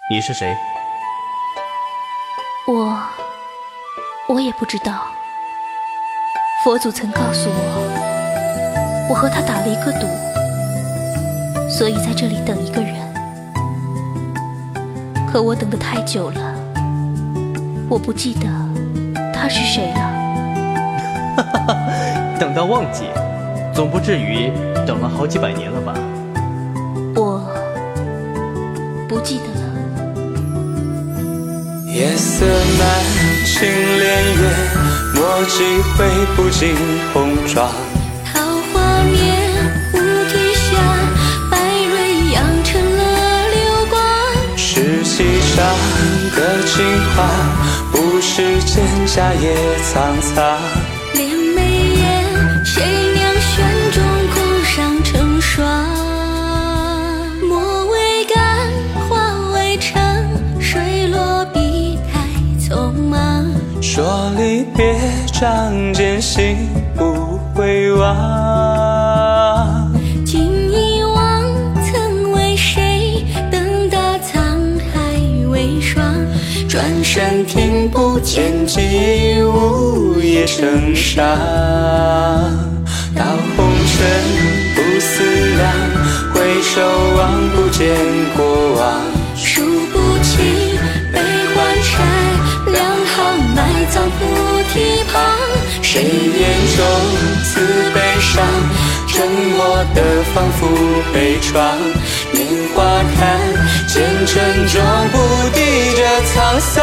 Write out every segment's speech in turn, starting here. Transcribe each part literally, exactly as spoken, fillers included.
你是谁？ 我我也不知道。佛祖曾告诉我，我和他打了一个赌，所以在这里等一个人。可我等得太久了，我不记得他是谁了。 哈哈，等到忘记，总不至于等了好几百年了吧？ 我不记得了。 夜色漫，青莲月，墨迹挥不尽红妆。 桃花灭，菩提下，白蕊养成了流光。 是西上的情话，不是蒹葭也苍苍。 帘眉眼，谁娘轩中哭上成霜。墨未干，花未成，水落笔太匆忙。 说离别仗剑心不回望。 今遗忘，曾为谁等到沧海为霜。 转身听不见起午夜声伤。到红尘不思量，回首望不见过往。 数不清悲欢拆，两行埋葬菩提旁。 谁眼中似悲伤，沉默的仿佛悲怆。年华看，前尘中不敌着沧桑。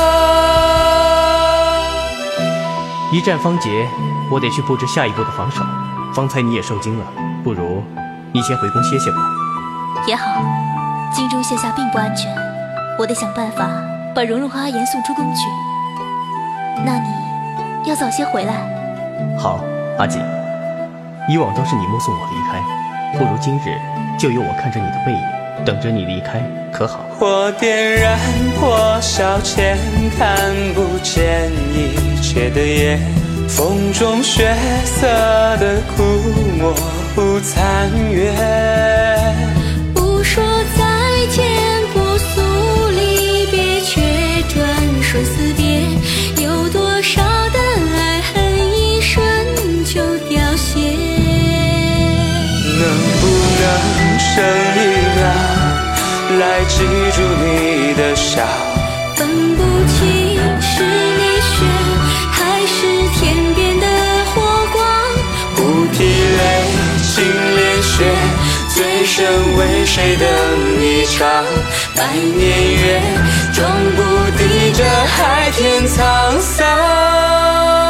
一战方捷，我得去布置下一步的防守。方才你也受惊了，不如你先回宫歇歇吧。 也好，京中现下并不安全，我得想办法把蓉蓉和阿言送出宫去。那你要早些回来。 好，阿锦，以往都是你目送我离开，不如今日就由我看着你的背影，等着你离开，可好？ 火点燃破晓前，看不见一切的夜。风中血色的枯模糊残月。 不说再见，不诉离别，却转瞬思别。有多少的爱恨一瞬就凋谢。 能不能剩一秒来记住你的笑？ 分不清是你血还是天边的火光。 菩提泪，青莲血，醉生为谁等一场？百年月，终不敌这海天沧桑。